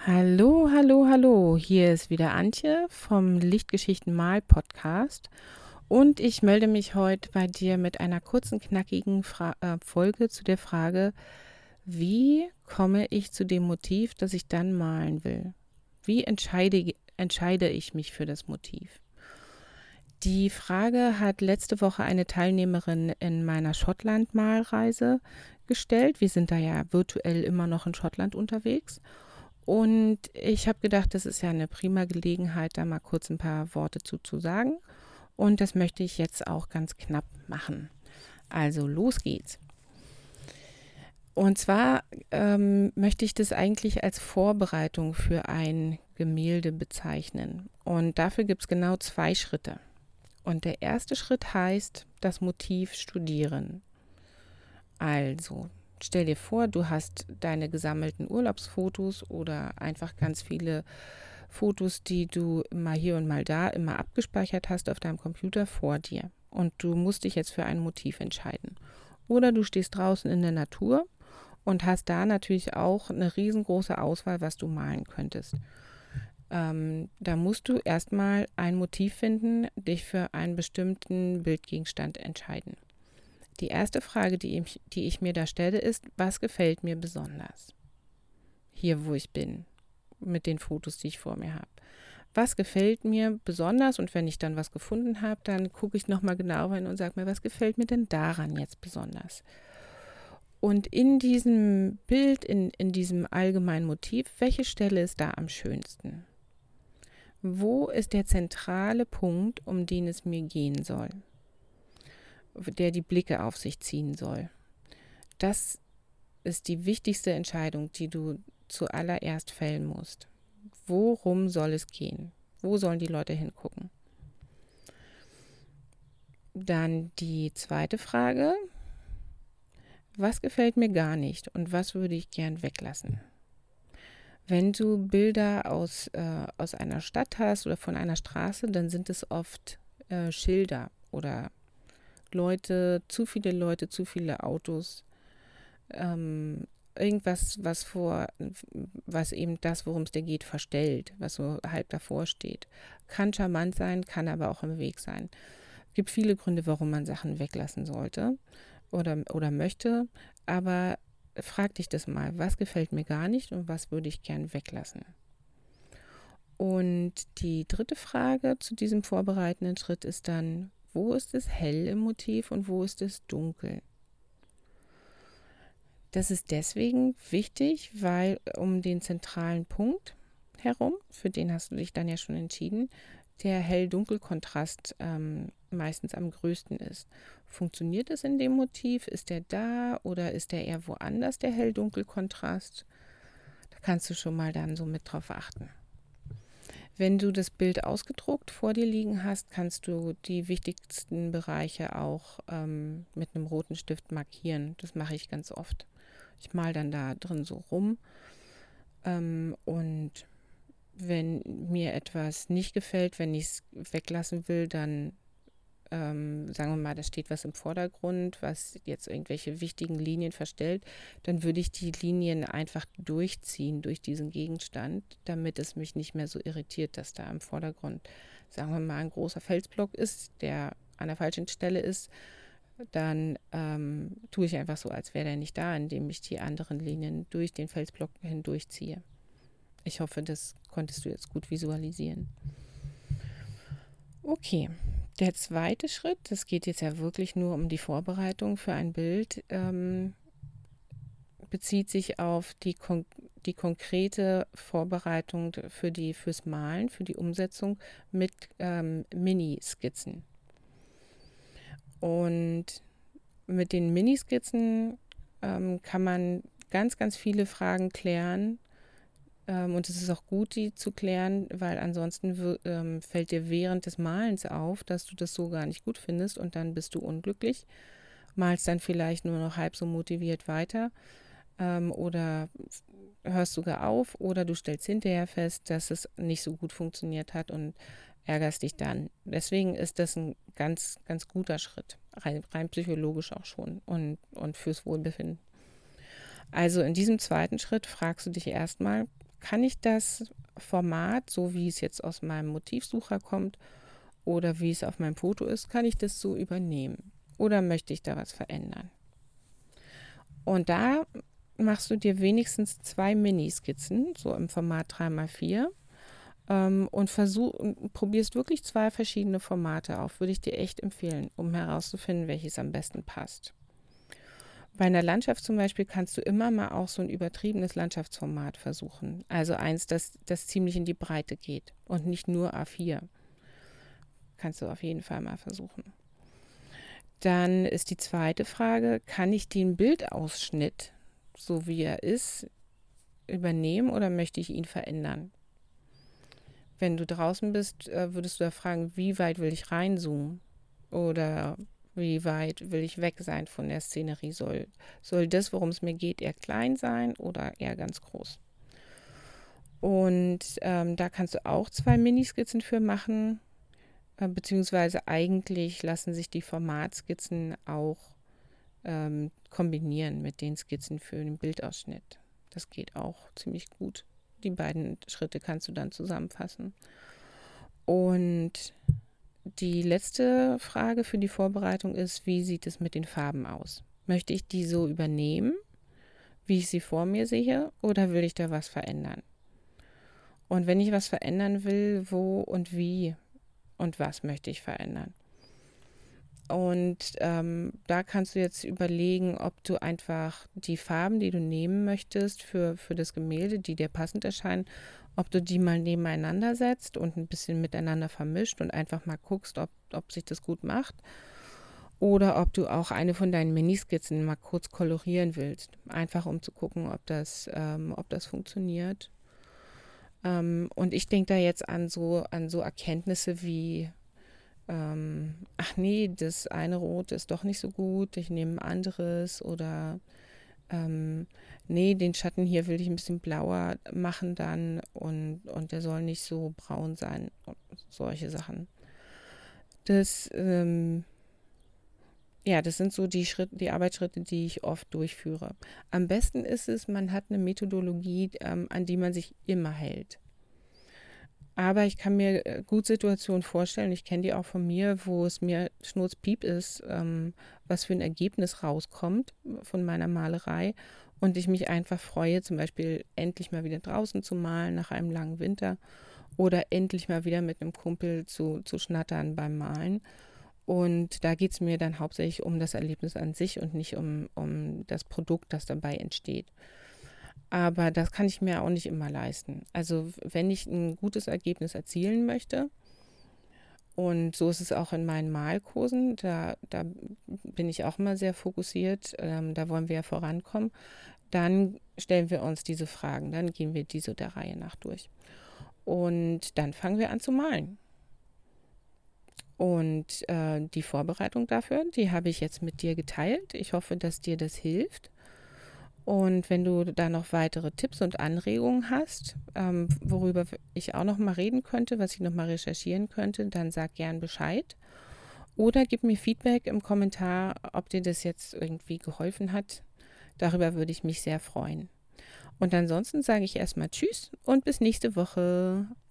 Hallo, hallo, hallo. Hier ist wieder Antje vom Lichtgeschichten Mal Podcast und ich melde mich heute bei dir mit einer kurzen, knackigen Folge zu der Frage, wie komme ich zu dem Motiv, das ich dann malen will? Wie entscheide ich mich für das Motiv? Die Frage hat letzte Woche eine Teilnehmerin in meiner Schottland-Malreise gestellt. Wir sind da ja virtuell immer noch in Schottland unterwegs. Und ich habe gedacht, das ist ja eine prima Gelegenheit, da mal kurz ein paar Worte zu sagen. Und das möchte ich jetzt auch ganz knapp machen. Also los geht's. Und zwar möchte ich das eigentlich als Vorbereitung für ein Gemälde bezeichnen. Und dafür gibt es genau 2 Schritte. Und der erste Schritt heißt, das Motiv studieren. Also, stell dir vor, du hast deine gesammelten Urlaubsfotos oder einfach ganz viele Fotos, die du mal hier und mal da immer abgespeichert hast auf deinem Computer vor dir. Und du musst dich jetzt für ein Motiv entscheiden. Oder du stehst draußen in der Natur und hast da natürlich auch eine riesengroße Auswahl, was du malen könntest. Da musst du erstmal ein Motiv finden, dich für einen bestimmten Bildgegenstand entscheiden. Die erste Frage, die ich mir da stelle, ist, was gefällt mir besonders? Hier, wo ich bin, mit den Fotos, die ich vor mir habe. Was gefällt mir besonders? Und wenn ich dann was gefunden habe, dann gucke ich nochmal genauer hin und sage mir, was gefällt mir denn daran jetzt besonders? Und in diesem Bild, in diesem allgemeinen Motiv, welche Stelle ist da am schönsten? Wo ist der zentrale Punkt, um den es mir gehen soll? Der die Blicke auf sich ziehen soll. Das ist die wichtigste Entscheidung, die du zuallererst fällen musst. Worum soll es gehen? Wo sollen die Leute hingucken? Dann die zweite Frage. Was gefällt mir gar nicht und was würde ich gern weglassen? Wenn du Bilder aus einer Stadt hast oder von einer Straße, dann sind es oft Schilder oder Leute, zu viele Autos, irgendwas, was eben das, worum es dir geht, verstellt, was so halb davor steht. Kann charmant sein, kann aber auch im Weg sein. Es gibt viele Gründe, warum man Sachen weglassen sollte oder möchte, aber frag dich das mal, was gefällt mir gar nicht und was würde ich gern weglassen? Und die dritte Frage zu diesem vorbereitenden Schritt ist dann, wo ist es hell im Motiv und wo ist es dunkel? Das ist deswegen wichtig, weil um den zentralen Punkt herum, für den hast du dich dann ja schon entschieden, der Hell-Dunkel-Kontrast meistens am größten ist. Funktioniert es in dem Motiv? Ist der da oder ist der eher woanders, der Hell-Dunkel-Kontrast? Da kannst du schon mal dann so mit drauf achten. Wenn du das Bild ausgedruckt vor dir liegen hast, kannst du die wichtigsten Bereiche auch mit einem roten Stift markieren. Das mache ich ganz oft. Ich male dann da drin so rum und wenn mir etwas nicht gefällt, wenn ich es weglassen will, dann sagen wir mal, da steht was im Vordergrund, was jetzt irgendwelche wichtigen Linien verstellt, dann würde ich die Linien einfach durchziehen durch diesen Gegenstand, damit es mich nicht mehr so irritiert, dass da im Vordergrund, sagen wir mal, ein großer Felsblock ist, der an der falschen Stelle ist. Dann tue ich einfach so, als wäre der nicht da, indem ich die anderen Linien durch den Felsblock hindurchziehe. Ich hoffe, das konntest du jetzt gut visualisieren. Okay, der zweite Schritt, das geht jetzt ja wirklich nur um die Vorbereitung für ein Bild, bezieht sich auf die konkrete Vorbereitung fürs Malen, für die Umsetzung mit Miniskizzen. Und mit den Miniskizzen kann man ganz, ganz viele Fragen klären. Und es ist auch gut, die zu klären, weil ansonsten fällt dir während des Malens auf, dass du das so gar nicht gut findest und dann bist du unglücklich, malst dann vielleicht nur noch halb so motiviert weiter oder hörst sogar auf oder du stellst hinterher fest, dass es nicht so gut funktioniert hat und ärgerst dich dann. Deswegen ist das ein ganz, ganz guter Schritt, rein psychologisch auch schon und fürs Wohlbefinden. Also in diesem zweiten Schritt fragst du dich erstmal, kann ich das Format, so wie es jetzt aus meinem Motivsucher kommt oder wie es auf meinem Foto ist, kann ich das so übernehmen? Oder möchte ich da was verändern? Und da machst du dir wenigstens 2 Miniskizzen, so im Format 3x4, und probierst wirklich 2 verschiedene Formate auf, würde ich dir echt empfehlen, um herauszufinden, welches am besten passt. Bei einer Landschaft zum Beispiel kannst du immer mal auch so ein übertriebenes Landschaftsformat versuchen. Also eins, das ziemlich in die Breite geht und nicht nur A4. Kannst du auf jeden Fall mal versuchen. Dann ist die zweite Frage, kann ich den Bildausschnitt, so wie er ist, übernehmen oder möchte ich ihn verändern? Wenn du draußen bist, würdest du da fragen, wie weit will ich reinzoomen? Oder wie weit will ich weg sein von der Szenerie? Soll das, worum es mir geht, eher klein sein oder eher ganz groß? Und da kannst du auch 2 Miniskizzen für machen, beziehungsweise eigentlich lassen sich die Formatskizzen auch kombinieren mit den Skizzen für den Bildausschnitt. Das geht auch ziemlich gut. Die beiden Schritte kannst du dann zusammenfassen. Und die letzte Frage für die Vorbereitung ist, wie sieht es mit den Farben aus? Möchte ich die so übernehmen, wie ich sie vor mir sehe, oder will ich da was verändern? Und wenn ich was verändern will, wo und wie und was möchte ich verändern? Und da kannst du jetzt überlegen, ob du einfach die Farben, die du nehmen möchtest für das Gemälde, die dir passend erscheinen, ob du die mal nebeneinander setzt und ein bisschen miteinander vermischt und einfach mal guckst, ob sich das gut macht. Oder ob du auch eine von deinen Miniskizzen mal kurz kolorieren willst. Einfach um zu gucken, ob das funktioniert. Und ich denke da jetzt an so Erkenntnisse wie ach nee, das eine Rot ist doch nicht so gut, ich nehme ein anderes oder nee, den Schatten hier will ich ein bisschen blauer machen dann und der soll nicht so braun sein, solche Sachen. Das, ja, das sind so die Arbeitsschritte, die ich oft durchführe. Am besten ist es, man hat eine Methodologie, an die man sich immer hält. Aber ich kann mir gut Situationen vorstellen, ich kenne die auch von mir, wo es mir schnurzpiep ist, was für ein Ergebnis rauskommt von meiner Malerei und ich mich einfach freue, zum Beispiel endlich mal wieder draußen zu malen nach einem langen Winter oder endlich mal wieder mit einem Kumpel zu schnattern beim Malen. Und da geht es mir dann hauptsächlich um das Erlebnis an sich und nicht um das Produkt, das dabei entsteht. Aber das kann ich mir auch nicht immer leisten. Also wenn ich ein gutes Ergebnis erzielen möchte, und so ist es auch in meinen Malkursen, da bin ich auch immer sehr fokussiert, da wollen wir ja vorankommen, dann stellen wir uns diese Fragen, dann gehen wir diese der Reihe nach durch. Und dann fangen wir an zu malen. Und die Vorbereitung dafür, die habe ich jetzt mit dir geteilt. Ich hoffe, dass dir das hilft. Und wenn du da noch weitere Tipps und Anregungen hast, worüber ich auch noch mal reden könnte, was ich noch mal recherchieren könnte, dann sag gern Bescheid. Oder gib mir Feedback im Kommentar, ob dir das jetzt irgendwie geholfen hat. Darüber würde ich mich sehr freuen. Und ansonsten sage ich erstmal Tschüss und bis nächste Woche.